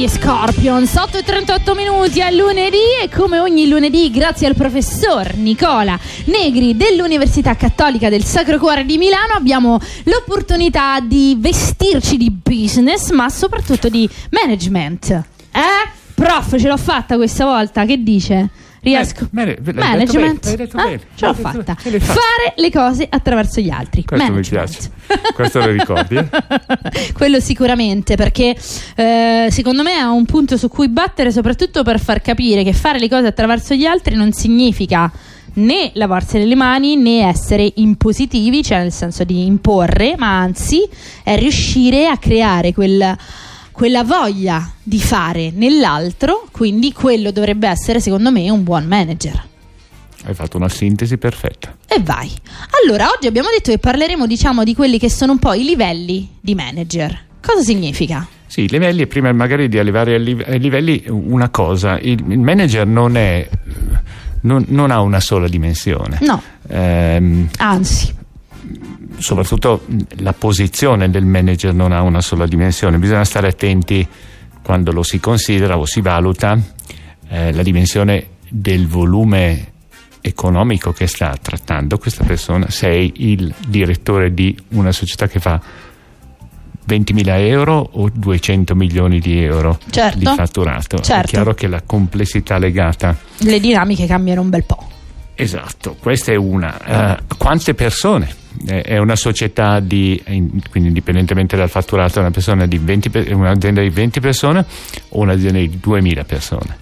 gli Scorpions. 8:38 minuti è lunedì e come ogni lunedì, grazie al professor Nicola Negri dell'Università Cattolica del Sacro Cuore di Milano, abbiamo l'opportunità di vestirci di business, ma soprattutto di management. Prof, ce l'ho fatta questa volta, che dice? Riesco. Management. Ce l'ho fatta. Fare le cose attraverso gli altri. Questo mi piace. Questo lo ricordi? Quello sicuramente, perché secondo me è un punto su cui battere, soprattutto per far capire che fare le cose attraverso gli altri non significa né lavarsene le mani né essere impositivi, cioè nel senso di imporre, ma anzi è riuscire a creare quella voglia di fare nell'altro. Quindi quello dovrebbe essere, secondo me, un buon manager. Hai fatto una sintesi perfetta. E vai. Allora, oggi abbiamo detto che parleremo, diciamo, di quelli che sono un po' i livelli di manager. Cosa significa? Sì, i livelli, prima magari di arrivare ai livelli, una cosa, il manager non ha una sola dimensione. No. Anzi. Soprattutto la posizione del manager non ha una sola dimensione. Bisogna stare attenti quando lo si considera o si valuta la dimensione del volume economico che sta trattando questa persona. Sei il direttore di una società che fa 20.000 euro o 200 milioni di euro di fatturato. Certo. È chiaro che la complessità legata, le dinamiche cambiano un bel po'. Esatto, questa è una. Quante persone? È una società quindi indipendentemente dal fatturato, un'azienda di 20 persone o un'azienda di 2.000 persone?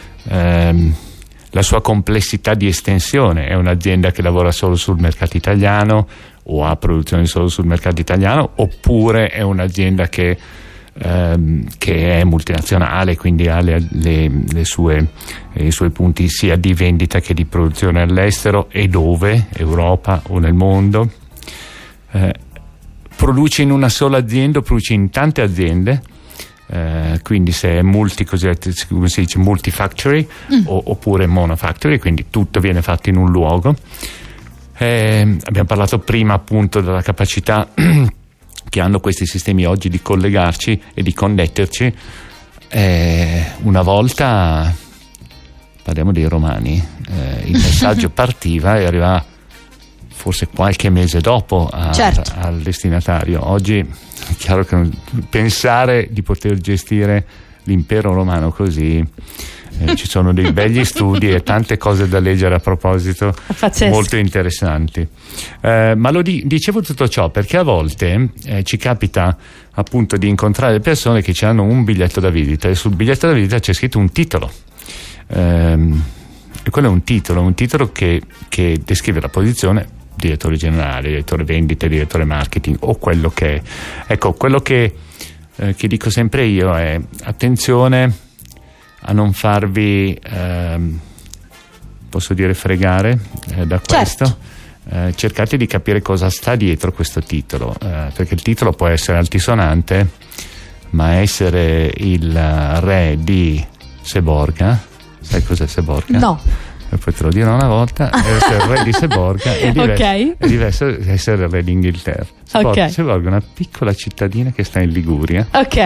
La sua complessità di estensione, è un'azienda che lavora solo sul mercato italiano o ha produzione solo sul mercato italiano, oppure è un'azienda che è multinazionale, quindi ha i suoi punti sia di vendita che di produzione all'estero, e dove? Europa o nel mondo? Produce in una sola azienda o produce in tante aziende? Quindi se è come si dice, multifactory oppure monofactory, quindi tutto viene fatto in un luogo. Abbiamo parlato prima appunto della capacità che hanno questi sistemi oggi di collegarci e di connetterci. Una volta, parliamo dei romani, il messaggio partiva e arrivava forse qualche mese dopo al destinatario. Oggi è chiaro che pensare di poter gestire l'impero romano così, ci sono dei begli studi e tante cose da leggere a proposito, molto interessanti. Ma dicevo tutto ciò perché a volte ci capita appunto di incontrare persone che ci hanno un biglietto da visita e sul biglietto da visita c'è scritto un titolo. E quello è un titolo che descrive la posizione: direttore generale, direttore vendite, direttore marketing o quello che è. Ecco, quello che dico sempre io è: attenzione a non farvi posso dire fregare da questo. Certo. Cercate di capire cosa sta dietro questo titolo, perché il titolo può essere altisonante, ma essere il re di Seborga, sai cos'è Seborga? No. E poi te lo dirò una volta. Essere il re di Seborga è diverso essere il re d'Inghilterra. Seborga è una piccola cittadina che sta in Liguria,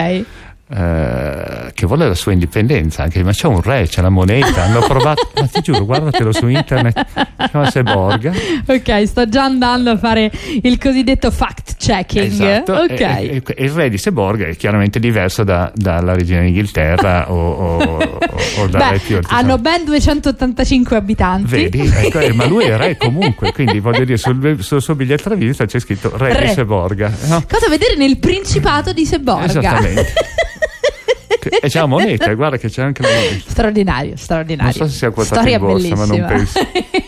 che vuole la sua indipendenza, anche, ma c'è un re, c'è la moneta, hanno provato, ma ti giuro, guardatelo su internet, si chiama Seborga. Ok, sto già andando a fare il cosiddetto fact checking. Esatto. E il re di Seborga è chiaramente diverso dalla regina d'Inghilterra o da re più. Hanno ben 285 abitanti. Vedi? Ma lui è re comunque, quindi voglio dire, sul suo biglietto da visita c'è scritto re di Seborga, no? Cosa vedere nel Principato di Seborga. Esattamente. E c'è la moneta, guarda che c'è anche la moneta. Straordinario. Non so se sia quotato in borsa, bellissima. ma non penso.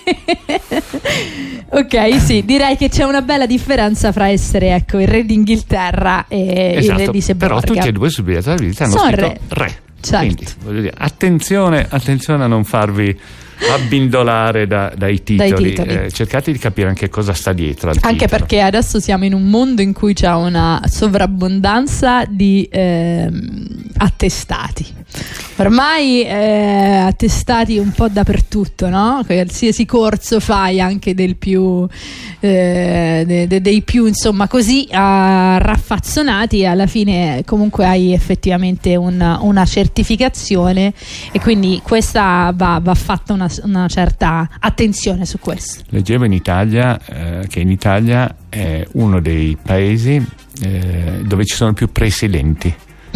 Ok, sì, direi che c'è una bella differenza fra essere, ecco, il re d'Inghilterra e il re di Seborga. Però tutti e due sul biglietto della visita hanno scritto re. Certo. Quindi, voglio dire, attenzione a non farvi abbindolare dai titoli. Cercate di capire anche cosa sta dietro al titolo. Anche perché adesso siamo in un mondo in cui c'è una sovrabbondanza di attestati. Ormai attestati un po' dappertutto, no? Qualsiasi corso fai, anche del più dei più, insomma, così raffazzonati, alla fine comunque hai effettivamente una certificazione, e quindi questa va fatta una certa attenzione su questo. Leggevo in Italia che in Italia è uno dei paesi dove ci sono più presidenti.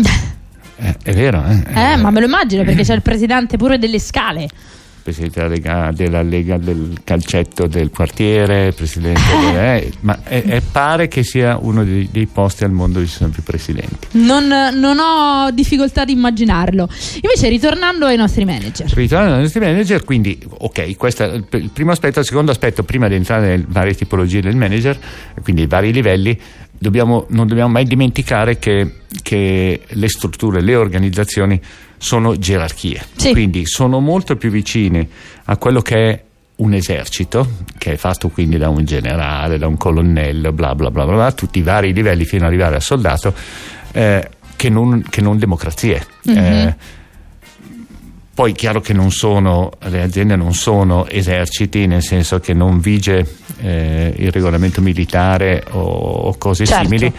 È vero, ma me lo immagino, perché c'è il presidente pure delle scale, presidente della Lega del calcetto del quartiere, presidente ma pare che sia uno dei posti al mondo dove ci sono più presidenti. Non ho difficoltà di immaginarlo. Invece, ritornando ai nostri manager, quindi ok, questo è il primo aspetto. Il secondo aspetto, prima di entrare nelle varie tipologie del manager, quindi i vari livelli, non dobbiamo mai dimenticare che le strutture, le organizzazioni sono gerarchie, sì. Quindi sono molto più vicine a quello che è un esercito, che è fatto quindi da un generale, da un colonnello, bla bla bla bla, tutti i vari livelli fino ad arrivare al soldato, che non democrazie. Mm-hmm. Poi chiaro che le aziende non sono eserciti, nel senso che non vige il regolamento militare o cose simili,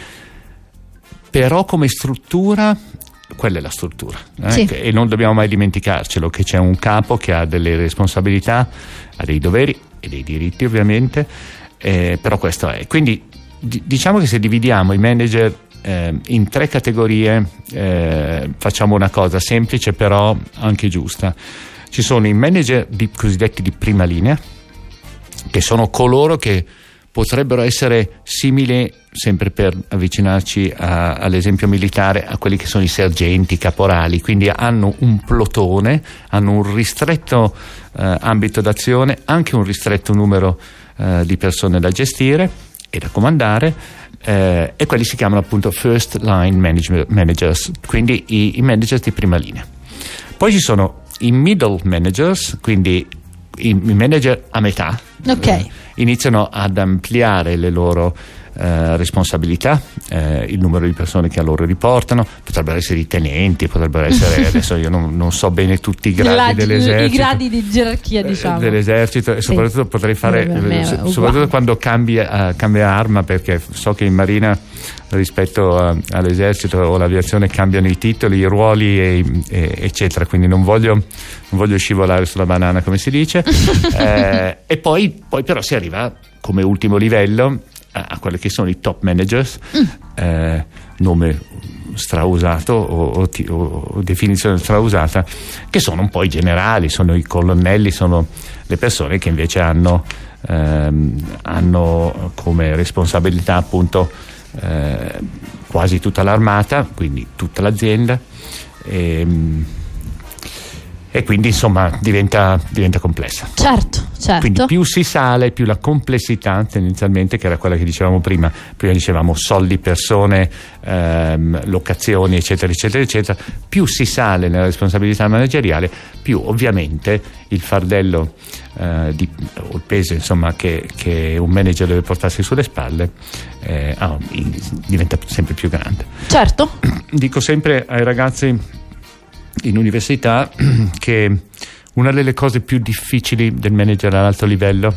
però come struttura quella è la struttura, sì. E non dobbiamo mai dimenticarcelo, che c'è un capo che ha delle responsabilità, ha dei doveri e dei diritti ovviamente, però questo è. Quindi diciamo che se dividiamo i manager in 3 categorie, facciamo una cosa semplice però anche giusta. Ci sono i manager cosiddetti di prima linea, che sono coloro che potrebbero essere simili, sempre per avvicinarci all'esempio militare, a quelli che sono i sergenti, caporali, quindi hanno un plotone, hanno un ristretto ambito d'azione, anche un ristretto numero di persone da gestire e da comandare, e quelli si chiamano appunto first line managers, quindi i managers di prima linea. Poi ci sono i middle managers, quindi i manager a metà, okay. Iniziano ad ampliare le loro responsabilità, il numero di persone che a loro riportano, potrebbero essere i tenenti, potrebbero essere adesso io non so bene tutti i gradi dell'esercito, i gradi di gerarchia, diciamo, dell'esercito, e soprattutto potrei fare soprattutto quando cambia arma, perché so che in Marina rispetto all'esercito o all'aviazione cambiano i titoli, i ruoli eccetera, quindi non voglio scivolare sulla banana, come si dice. E poi però si arriva come ultimo livello a quelli che sono i top managers, nome strausato o definizione strausata, che sono un po' i generali, sono i colonnelli, sono le persone che invece hanno come responsabilità appunto quasi tutta l'armata, quindi tutta l'azienda, e quindi insomma diventa complessa. Certo. Quindi più si sale, più la complessità tendenzialmente, che era quella che dicevamo prima dicevamo soldi, persone, locazioni eccetera eccetera eccetera, più si sale nella responsabilità manageriale, più ovviamente il fardello o il peso insomma che un manager deve portarsi sulle spalle diventa sempre più grande. Certo. Dico sempre ai ragazzi in università che una delle cose più difficili del manager all'alto livello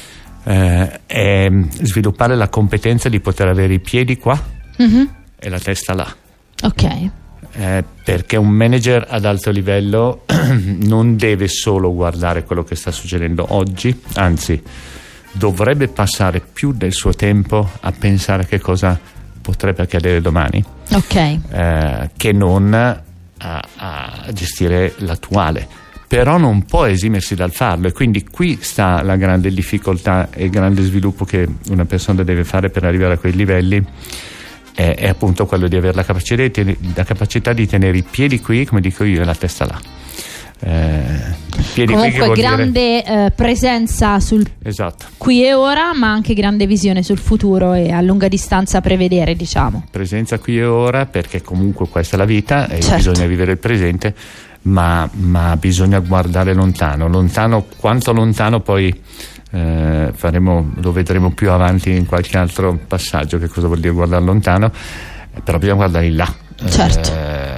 è sviluppare la competenza di poter avere i piedi qua e la testa là. Ok. Perché un manager ad alto livello non deve solo guardare quello che sta succedendo oggi, anzi dovrebbe passare più del suo tempo a pensare a che cosa potrebbe accadere domani, che non a gestire l'attuale. Però non può esimersi dal farlo, e quindi qui sta la grande difficoltà e il grande sviluppo che una persona deve fare per arrivare a quei livelli, è appunto quello di avere la capacità di tenere i piedi qui, come dico io, e la testa là. Comunque grande presenza sul qui e ora, ma anche grande visione sul futuro e a lunga distanza prevedere, diciamo. Presenza qui e ora, perché comunque questa è la vita e bisogna vivere il presente, ma bisogna guardare lontano, quanto lontano poi lo vedremo più avanti in qualche altro passaggio, che cosa vuol dire guardare lontano, però bisogna guardare in là.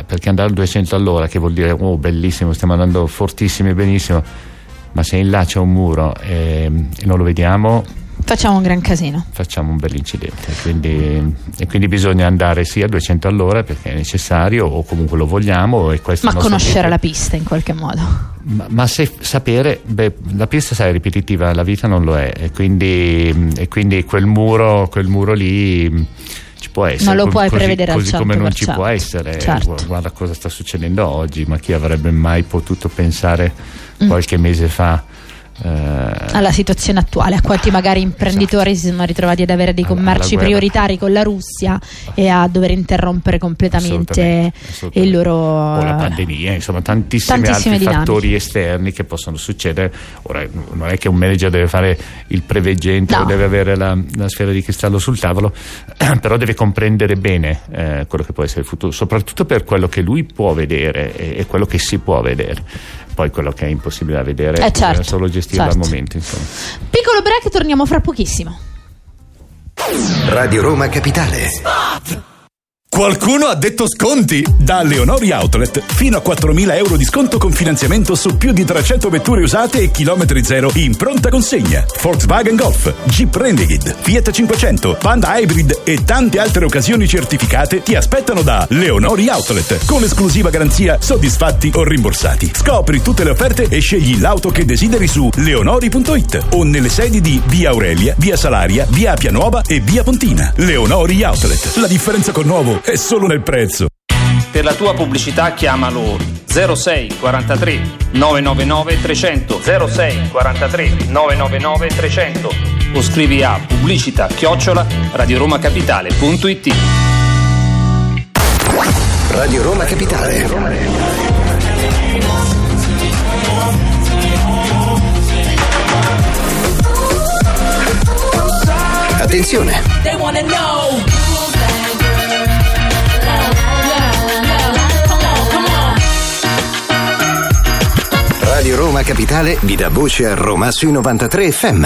perché andare a 200 all'ora, che vuol dire bellissimo, stiamo andando fortissimi, benissimo, ma se in là c'è un muro e non lo vediamo, facciamo un gran casino, facciamo un bel incidente. Quindi bisogna andare sì a 200 all'ora perché è necessario, o comunque lo vogliamo, e questo ma conoscere la pista in qualche modo, ma se sapere, la pista sai è ripetitiva, la vita non lo è, e quindi quel muro lì ci può essere, non lo puoi prevedere così al 100%, come non ci può essere. certo. Guarda cosa sta succedendo oggi, ma chi avrebbe mai potuto pensare qualche mese fa alla situazione attuale, a quanti magari imprenditori si sono ritrovati ad avere dei commerci prioritari con la Russia e a dover interrompere completamente il loro, o la pandemia, insomma tantissimi altri dinamiche, fattori esterni che possono succedere. Ora non è che un manager deve fare il preveggente, o deve avere la sfera di cristallo sul tavolo, però deve comprendere bene quello che può essere il futuro, soprattutto per quello che lui può vedere e quello che si può vedere. Poi quello che è impossibile da vedere è solo gestire al momento, insomma. Piccolo break, torniamo fra pochissimo. Radio Roma Capitale. Qualcuno ha detto sconti? Da Leonori Outlet fino a 4.000 euro di sconto con finanziamento su più di 300 vetture usate e chilometri zero in pronta consegna. Volkswagen Golf, Jeep Renegade, Fiat 500, Panda Hybrid e tante altre occasioni certificate ti aspettano da Leonori Outlet con l'esclusiva garanzia soddisfatti o rimborsati. Scopri tutte le offerte e scegli l'auto che desideri su leonori.it o nelle sedi di Via Aurelia, Via Salaria, Via Appia Nuova e Via Pontina. Leonori Outlet, la differenza col nuovo è solo nel prezzo. Per la tua pubblicità chiamalo 06 43 999 300 06 43 999 300 o scrivi a pubblicità@radioromacapitale.it. Radio Roma Capitale. Attenzione! Radio Roma Capitale vi dà voce a Roma sui 93 FM.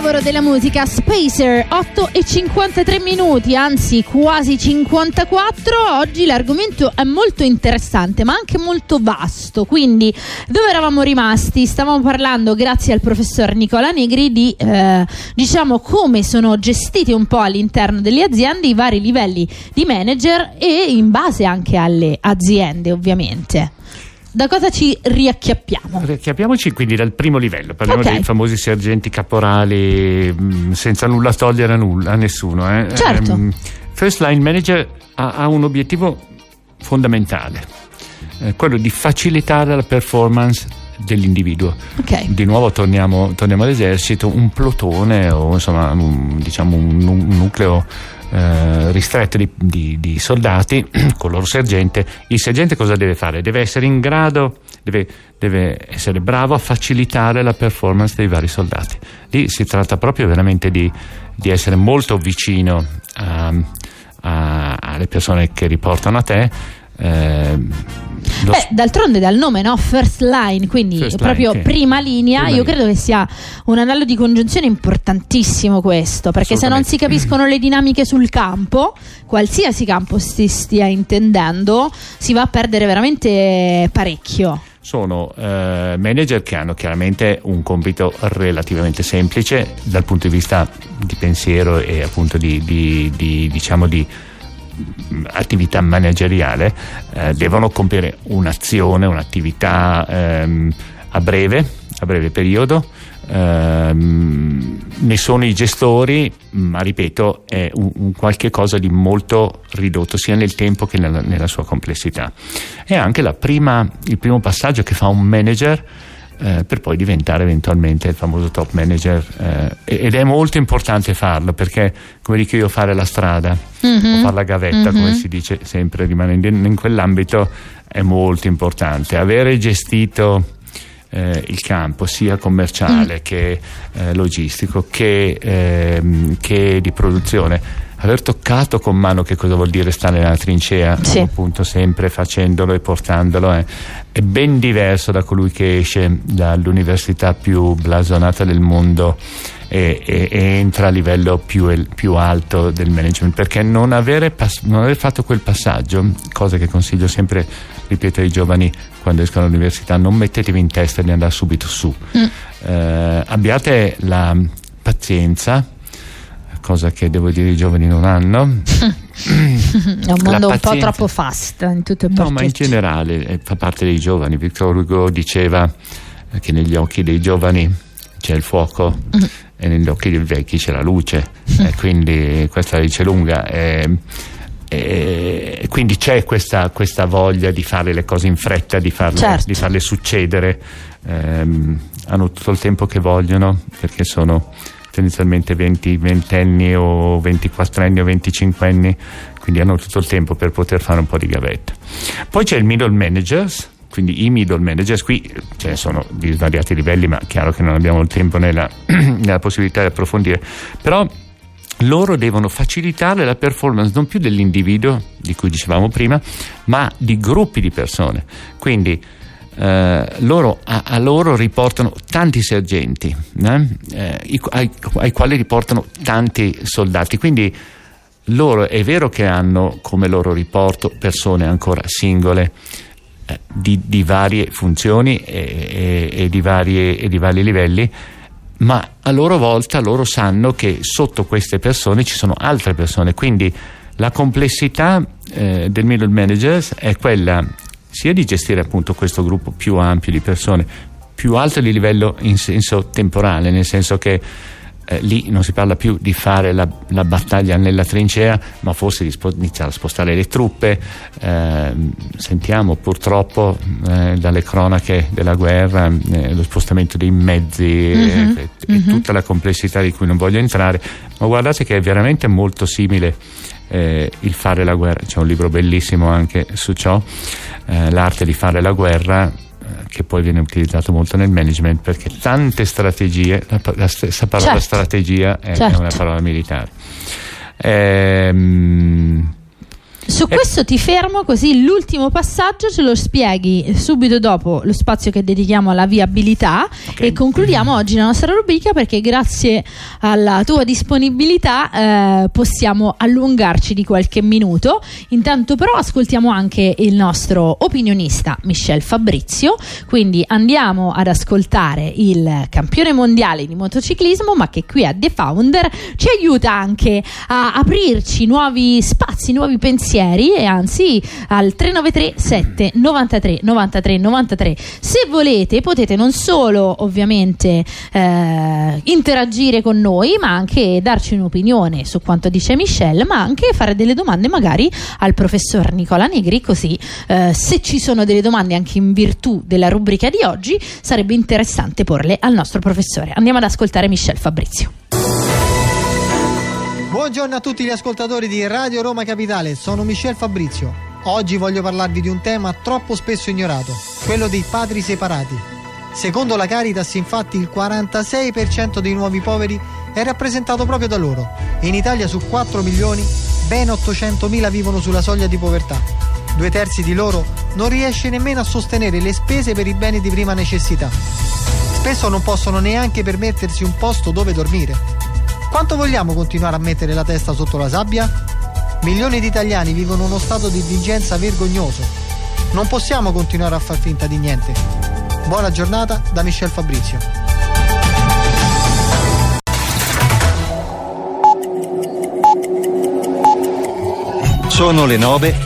capolavoro della musica, Spacer, 8:53, anzi quasi 54. Oggi l'argomento è molto interessante ma anche molto vasto, quindi dove eravamo rimasti? Stavamo parlando, grazie al professor Nicola Negri, di diciamo come sono gestiti un po' all'interno delle aziende i vari livelli di manager e in base anche alle aziende, ovviamente. Da cosa ci riacchiappiamo? Riacchiappiamoci quindi dal primo livello, parliamo dei famosi sergenti caporali, senza nulla togliere a nessuno. Certo. First line manager ha un obiettivo fondamentale, quello di facilitare la performance dell'individuo. Di nuovo torniamo all'esercito, un plotone o insomma un nucleo ristretto di soldati con il loro sergente. Il sergente cosa deve fare? Deve essere in grado, deve essere bravo a facilitare la performance dei vari soldati. Lì si tratta proprio veramente di essere molto vicino alle persone che riportano a te. D'altronde dal nome, no? First line, quindi proprio prima linea. Io credo che sia un anello di congiunzione importantissimo questo, perché se non si capiscono le dinamiche sul campo, qualsiasi campo si stia intendendo, si va a perdere veramente parecchio. Sono manager che hanno chiaramente un compito relativamente semplice dal punto di vista di pensiero e appunto di attività manageriale. Devono compiere un'azione, un'attività a breve periodo. Ne sono i gestori, ma ripeto è un qualche cosa di molto ridotto sia nel tempo che nella sua complessità. È anche il primo passaggio che fa un manager per poi diventare eventualmente il famoso top manager, ed è molto importante farlo, perché come dico io, fare la strada o fare la gavetta, come si dice sempre, rimanendo in quell'ambito, è molto importante. Avere gestito il campo sia commerciale che logistico che di produzione, aver toccato con mano che cosa vuol dire stare nella trincea, appunto sempre facendolo e portandolo, è ben diverso da colui che esce dall'università più blasonata del mondo e entra a livello più alto del management, perché non aver fatto quel passaggio, cosa che consiglio sempre, ripeto ai giovani quando escono dall'università: non mettetevi in testa di andare subito su, abbiate la pazienza, cosa che devo dire i giovani non hanno. È un mondo un po' troppo fast in tutto e per tutto. Ma in generale fa parte dei giovani. Victor Hugo diceva che negli occhi dei giovani c'è il fuoco e negli occhi dei vecchi c'è la luce, e quindi questa la dice lunga, e quindi c'è questa voglia di fare le cose in fretta, di farle succedere. Hanno tutto il tempo che vogliono, perché sono tendenzialmente ventenni o 24enni o 25enni, quindi hanno tutto il tempo per poter fare un po' di gavetta. Poi c'è il middle managers, quindi i middle managers, qui ce ne sono di svariati livelli, ma chiaro che non abbiamo il tempo nella possibilità di approfondire, però loro devono facilitare la performance non più dell'individuo di cui dicevamo prima, ma di gruppi di persone. Quindi loro riportano tanti sergenti, ai quali riportano tanti soldati, quindi loro è vero che hanno come loro riporto persone ancora singole, di varie funzioni e di vari livelli, ma a loro volta loro sanno che sotto queste persone ci sono altre persone, quindi la complessità del middle managers è quella sia di gestire appunto questo gruppo più ampio di persone, più alto di livello in senso temporale, nel senso che lì non si parla più di fare la battaglia nella trincea, ma forse di iniziare a spostare le truppe. Sentiamo purtroppo dalle cronache della guerra lo spostamento dei mezzi e tutta la complessità di cui non voglio entrare, ma guardate che è veramente molto simile il fare la guerra. C'è un libro bellissimo anche su ciò, l'arte di fare la guerra, che poi viene utilizzato molto nel management, perché tante strategie, la stessa parola strategia è una parola militare. Su questo ti fermo, così l'ultimo passaggio ce lo spieghi subito dopo lo spazio che dedichiamo alla viabilità, e concludiamo oggi la nostra rubrica, perché grazie alla tua disponibilità possiamo allungarci di qualche minuto. Intanto però ascoltiamo anche il nostro opinionista Michel Fabrizio, quindi andiamo ad ascoltare il campione mondiale di motociclismo, ma che qui a The Founder ci aiuta anche a aprirci nuovi spazi, nuovi pensieri, e anzi al 393 7 93 93 93 se volete potete non solo ovviamente interagire con noi, ma anche darci un'opinione su quanto dice Michel, ma anche fare delle domande magari al professor Nicola Negri, così se ci sono delle domande anche in virtù della rubrica di oggi sarebbe interessante porle al nostro professore. Andiamo ad ascoltare Michel Fabrizio. Buongiorno a tutti gli ascoltatori di Radio Roma Capitale, sono Michel Fabrizio. Oggi voglio parlarvi di un tema troppo spesso ignorato, quello dei padri separati. Secondo la Caritas, infatti, il 46% dei nuovi poveri è rappresentato proprio da loro. In Italia, su 4 milioni, ben 800.000 vivono sulla soglia di povertà. 2/3 di loro non riesce nemmeno a sostenere le spese per i beni di prima necessità. Spesso non possono neanche permettersi un posto dove dormire. Quanto vogliamo continuare a mettere la testa sotto la sabbia? Milioni di italiani vivono uno stato di indigenza vergognoso. Non possiamo continuare a far finta di niente. Buona giornata da Michel Fabrizio. Sono le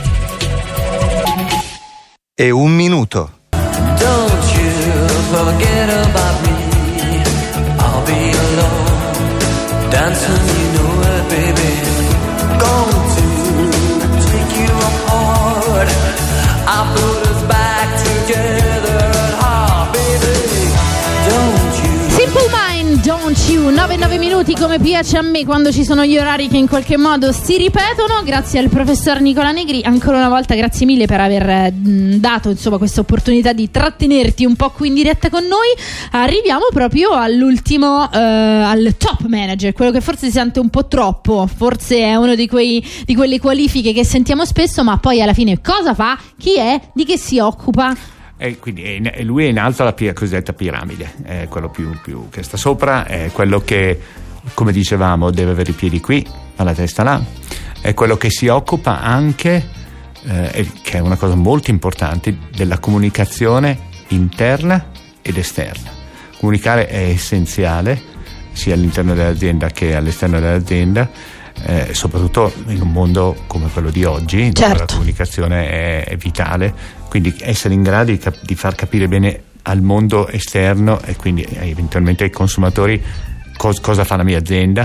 9:01. Don't you forget about me. I'll be alone. Dancing, you know it, baby. Going to take you apart. I put us back together at heart, baby. Don't you. Simple Mind, Don't You, 9 minuti, come piace a me quando ci sono gli orari che in qualche modo si ripetono. Grazie al professor Nicola Negri, ancora una volta grazie mille per aver dato insomma questa opportunità di trattenerti un po' qui in diretta con noi. Arriviamo proprio all'ultimo, al top manager, quello che forse si sente un po' troppo, forse è uno di quelle qualifiche che sentiamo spesso, ma poi alla fine cosa fa, chi è, di che si occupa? E quindi lui è in alto alla cosiddetta piramide, è quello più che sta sopra, è quello che, come dicevamo, deve avere i piedi qui, ma la testa là, è quello che si occupa anche, che è una cosa molto importante, della comunicazione interna ed esterna. Comunicare è essenziale sia all'interno dell'azienda che all'esterno dell'azienda, soprattutto in un mondo come quello di oggi, certo, dove la comunicazione è vitale. Quindi essere in grado di far capire bene al mondo esterno e quindi eventualmente ai consumatori cosa fa la mia azienda.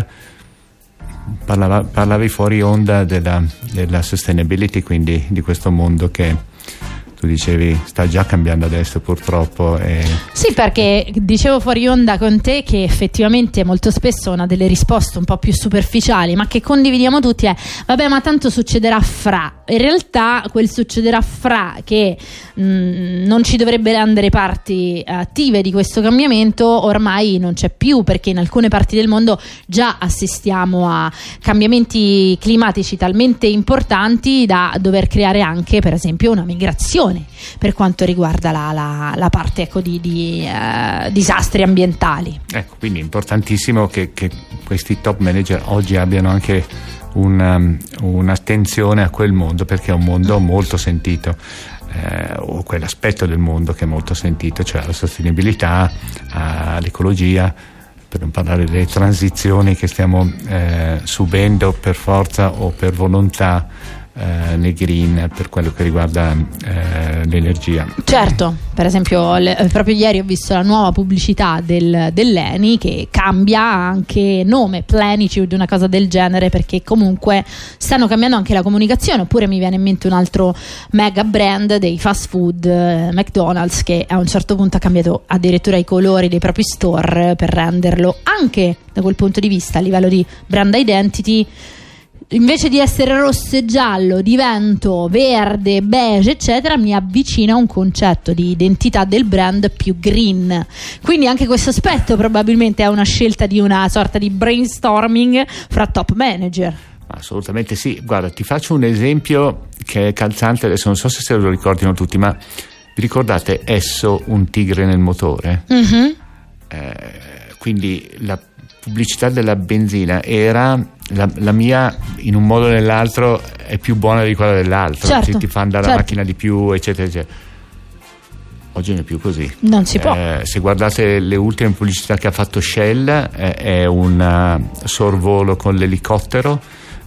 Parlavi fuori onda della sustainability, quindi di questo mondo che tu dicevi sta già cambiando adesso purtroppo. Sì, perché dicevo fuori onda con te che effettivamente molto spesso una delle risposte un po' più superficiali, ma che condividiamo tutti, è vabbè, ma tanto succederà fra. In realtà quel succederà fra che non ci dovrebbe rendere parti attive di questo cambiamento ormai non c'è più, perché in alcune parti del mondo già assistiamo a cambiamenti climatici talmente importanti da dover creare anche per esempio una migrazione per quanto riguarda la parte, ecco, di disastri ambientali. Ecco, quindi è importantissimo che questi top manager oggi abbiano anche un'attenzione a quel mondo, perché è un mondo molto sentito, o quell'aspetto del mondo che è molto sentito, cioè la sostenibilità, l'ecologia, per non parlare delle transizioni che stiamo subendo per forza o per volontà nei green, per quello che riguarda l'energia. Certo, per esempio proprio ieri ho visto la nuova pubblicità dell'Eni che cambia anche nome, Plenitude, una cosa del genere, perché comunque stanno cambiando anche la comunicazione. Oppure mi viene in mente un altro mega brand dei fast food, McDonald's, che a un certo punto ha cambiato addirittura i colori dei propri store per renderlo anche da quel punto di vista a livello di brand identity, invece di essere rosso e giallo divento verde, beige eccetera, mi avvicina a un concetto di identità del brand più green. Quindi anche questo aspetto probabilmente è una scelta di una sorta di brainstorming fra top manager. Assolutamente sì. Guarda, ti faccio un esempio che è calzante, adesso non so se lo ricordino tutti, ma vi ricordate Esso, un tigre nel motore? Mhm. Quindi la pubblicità della benzina era la mia, in un modo o nell'altro è più buona di quella dell'altro, Certo, ti fa andare certo. la macchina di più, eccetera eccetera. Oggi non è più così. Non si può. Se guardate le ultime pubblicità che ha fatto Shell, è un sorvolo con l'elicottero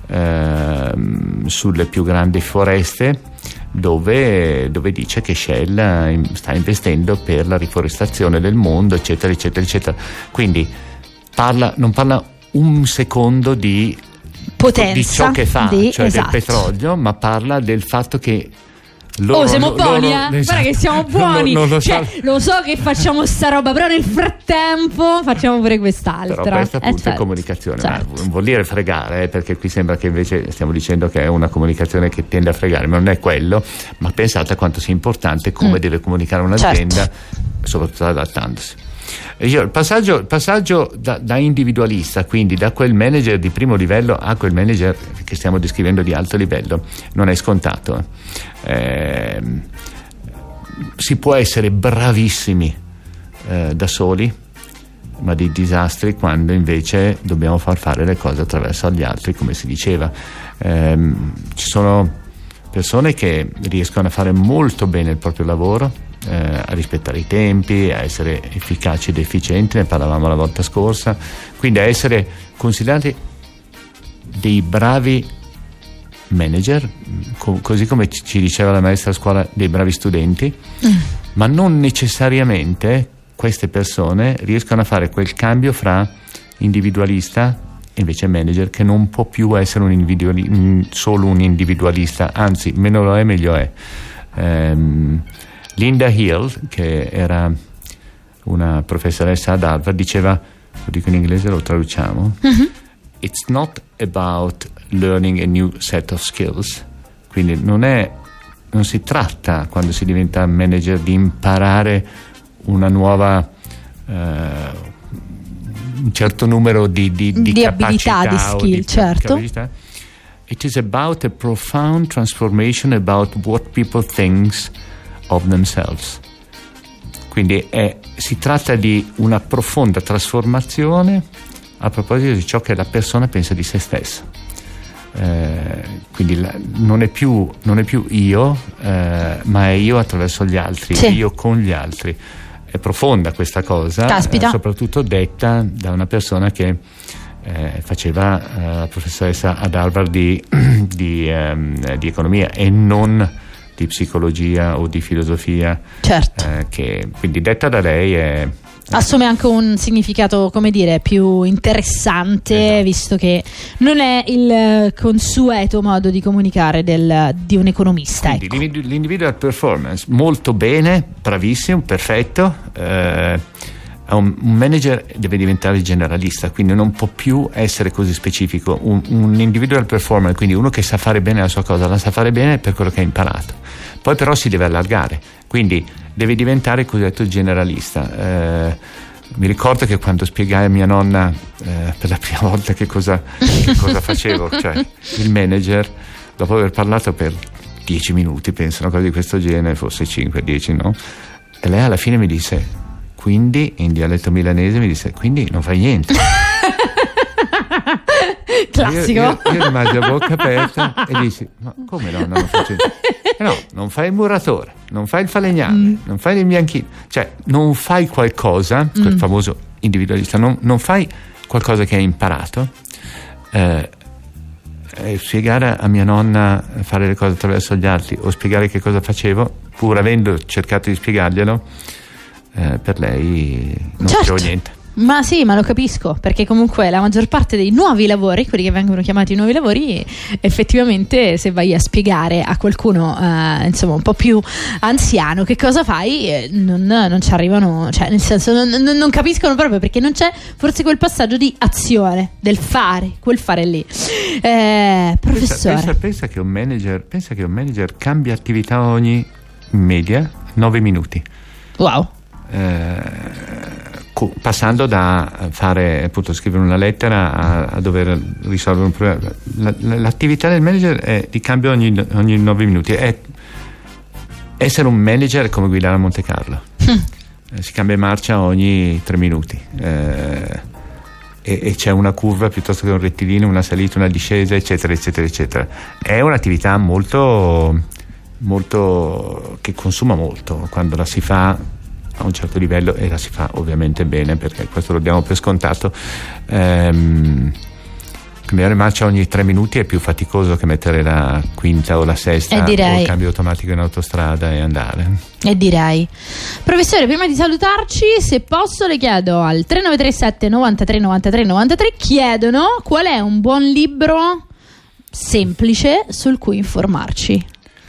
sulle più grandi foreste, dove dice che Shell sta investendo per la riforestazione del mondo, eccetera eccetera eccetera. Quindi non parla un secondo di Potenza di ciò che fa, cioè esatto. del petrolio, ma parla del fatto che loro, siamo buoni, guarda esatto, che siamo buoni. non lo cioè, lo so che facciamo sta roba, però nel frattempo facciamo pure quest'altra. Però questa appunto è certo, comunicazione, certo. ma non vuol dire fregare, perché qui sembra che invece stiamo dicendo che è una comunicazione che tende a fregare, ma non è quello. Ma pensate a quanto sia importante come deve comunicare un'azienda, Certo. soprattutto adattandosi. Il passaggio da individualista, quindi da quel manager di primo livello a quel manager che stiamo descrivendo di alto livello, non è scontato. Si può essere bravissimi da soli, ma dei disastri quando invece dobbiamo far fare le cose attraverso gli altri, come si diceva. Ci sono persone che riescono a fare molto bene il proprio lavoro, a rispettare i tempi, a essere efficaci ed efficienti, ne parlavamo la volta scorsa, quindi a essere considerati dei bravi manager, così come ci diceva la maestra a scuola, dei bravi studenti, ma non necessariamente queste persone riescono a fare quel cambio fra individualista e invece manager, che non può più essere solo un individualista, anzi meno lo è meglio è. Linda Hill, che era una professoressa ad Harvard, diceva, lo dico in inglese, lo traduciamo, it's not about learning a new set of skills, quindi non si tratta, quando si diventa manager, di imparare una nuova un certo numero di abilità, di skill, certo. capacità. It is about a profound transformation about what people think of themselves. Quindi si tratta di una profonda trasformazione a proposito di ciò che la persona pensa di se stessa. Quindi non è più io, ma è io attraverso gli altri, sì. Io con gli altri. È profonda questa cosa, soprattutto detta da una persona che faceva la professoressa ad Harvard di economia e non di psicologia o di filosofia, certo. Quindi detta da lei assume anche un significato, come dire, più interessante, esatto. Visto che non è il consueto modo di comunicare di un economista. Quindi ecco. L'individual performance, molto bene, bravissimo, perfetto. Un manager deve diventare generalista, quindi non può più essere così specifico. Un individual performer, quindi uno che sa fare bene la sua cosa, la sa fare bene per quello che ha imparato. Poi però si deve allargare, quindi deve diventare il cosiddetto generalista. Mi ricordo che quando spiegai a mia nonna per la prima volta che cosa facevo, cioè il manager, dopo aver parlato per 10 minuti, penso una cosa di questo genere, forse 5-10, no? E lei alla fine mi disse, quindi, in dialetto milanese, mi disse, quindi non fai niente. Classico. Io rimasi a bocca aperta e dissi, ma come no, non faccio niente? No, non fai il muratore, non fai il falegname, non fai il bianchino, cioè non fai qualcosa, quel famoso individualista, non fai qualcosa che hai imparato. Spiegare a mia nonna fare le cose attraverso gli altri o spiegare che cosa facevo, pur avendo cercato di spiegarglielo, per lei non facevo niente. Ma sì, ma lo capisco, perché comunque la maggior parte dei nuovi lavori, quelli che vengono chiamati nuovi lavori, effettivamente se vai a spiegare a qualcuno insomma un po' più anziano che cosa fai, non ci arrivano, cioè nel senso non capiscono proprio, perché non c'è forse quel passaggio di azione, del fare, quel fare lì. Professore, pensa che un manager cambia attività ogni media 9 minuti. wow. passando da fare, appunto, scrivere una lettera a dover risolvere un problema. L'attività del manager è di cambio ogni 9 minuti. Essere un manager è come guidare a Monte Carlo. Si cambia marcia ogni 3 minuti. E c'è una curva piuttosto che un rettilineo, una salita, una discesa, eccetera eccetera eccetera. È un'attività molto che consuma molto quando la si fa a un certo livello, e la si fa ovviamente bene, perché questo lo diamo per scontato. Cambiare marcia ogni 3 minuti è più faticoso che mettere la quinta o la sesta o il cambio automatico in autostrada e andare. E direi. Professore, prima di salutarci, se posso, le chiedo al 3937 93 93 93, chiedono qual è un buon libro semplice sul cui informarci.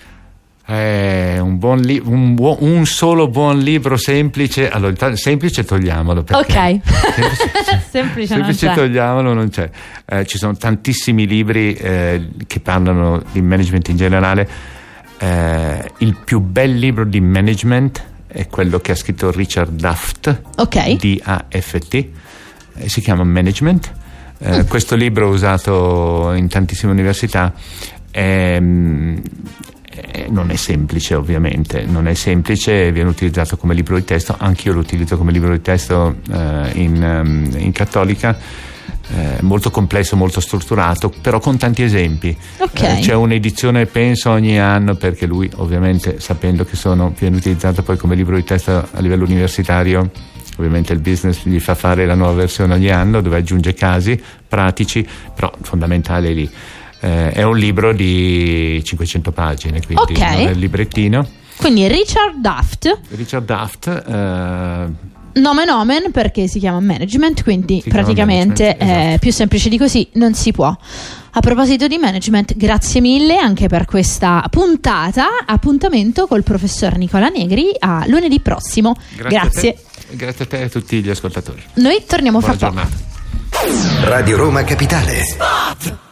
Un solo buon libro semplice. Allora, semplice togliamolo, ok. semplice togliamolo, non c'è. Ci sono tantissimi libri che parlano di management in generale. Il più bel libro di management è quello che ha scritto Richard Daft, D-A-F-T, si chiama Management. Questo libro, usato in tantissime università, non è semplice, ovviamente non è semplice, viene utilizzato come libro di testo, anch'io lo utilizzo come libro di testo in Cattolica, molto complesso, molto strutturato, però con tanti esempi. C'è un'edizione, penso, ogni anno, perché lui, ovviamente, sapendo che viene utilizzato poi come libro di testo a livello universitario, ovviamente il business gli fa fare la nuova versione ogni anno, dove aggiunge casi pratici, però fondamentale lì. È un libro di 500 pagine, quindi non è il librettino. Quindi Richard Daft, nomen perché si chiama Management, quindi praticamente esatto. Più semplice di così non si può. A proposito di management, grazie mille anche per questa puntata. Appuntamento col professor Nicola Negri a lunedì prossimo. Grazie a te e a tutti gli ascoltatori. Noi torniamo fra poco. Radio Roma Capitale.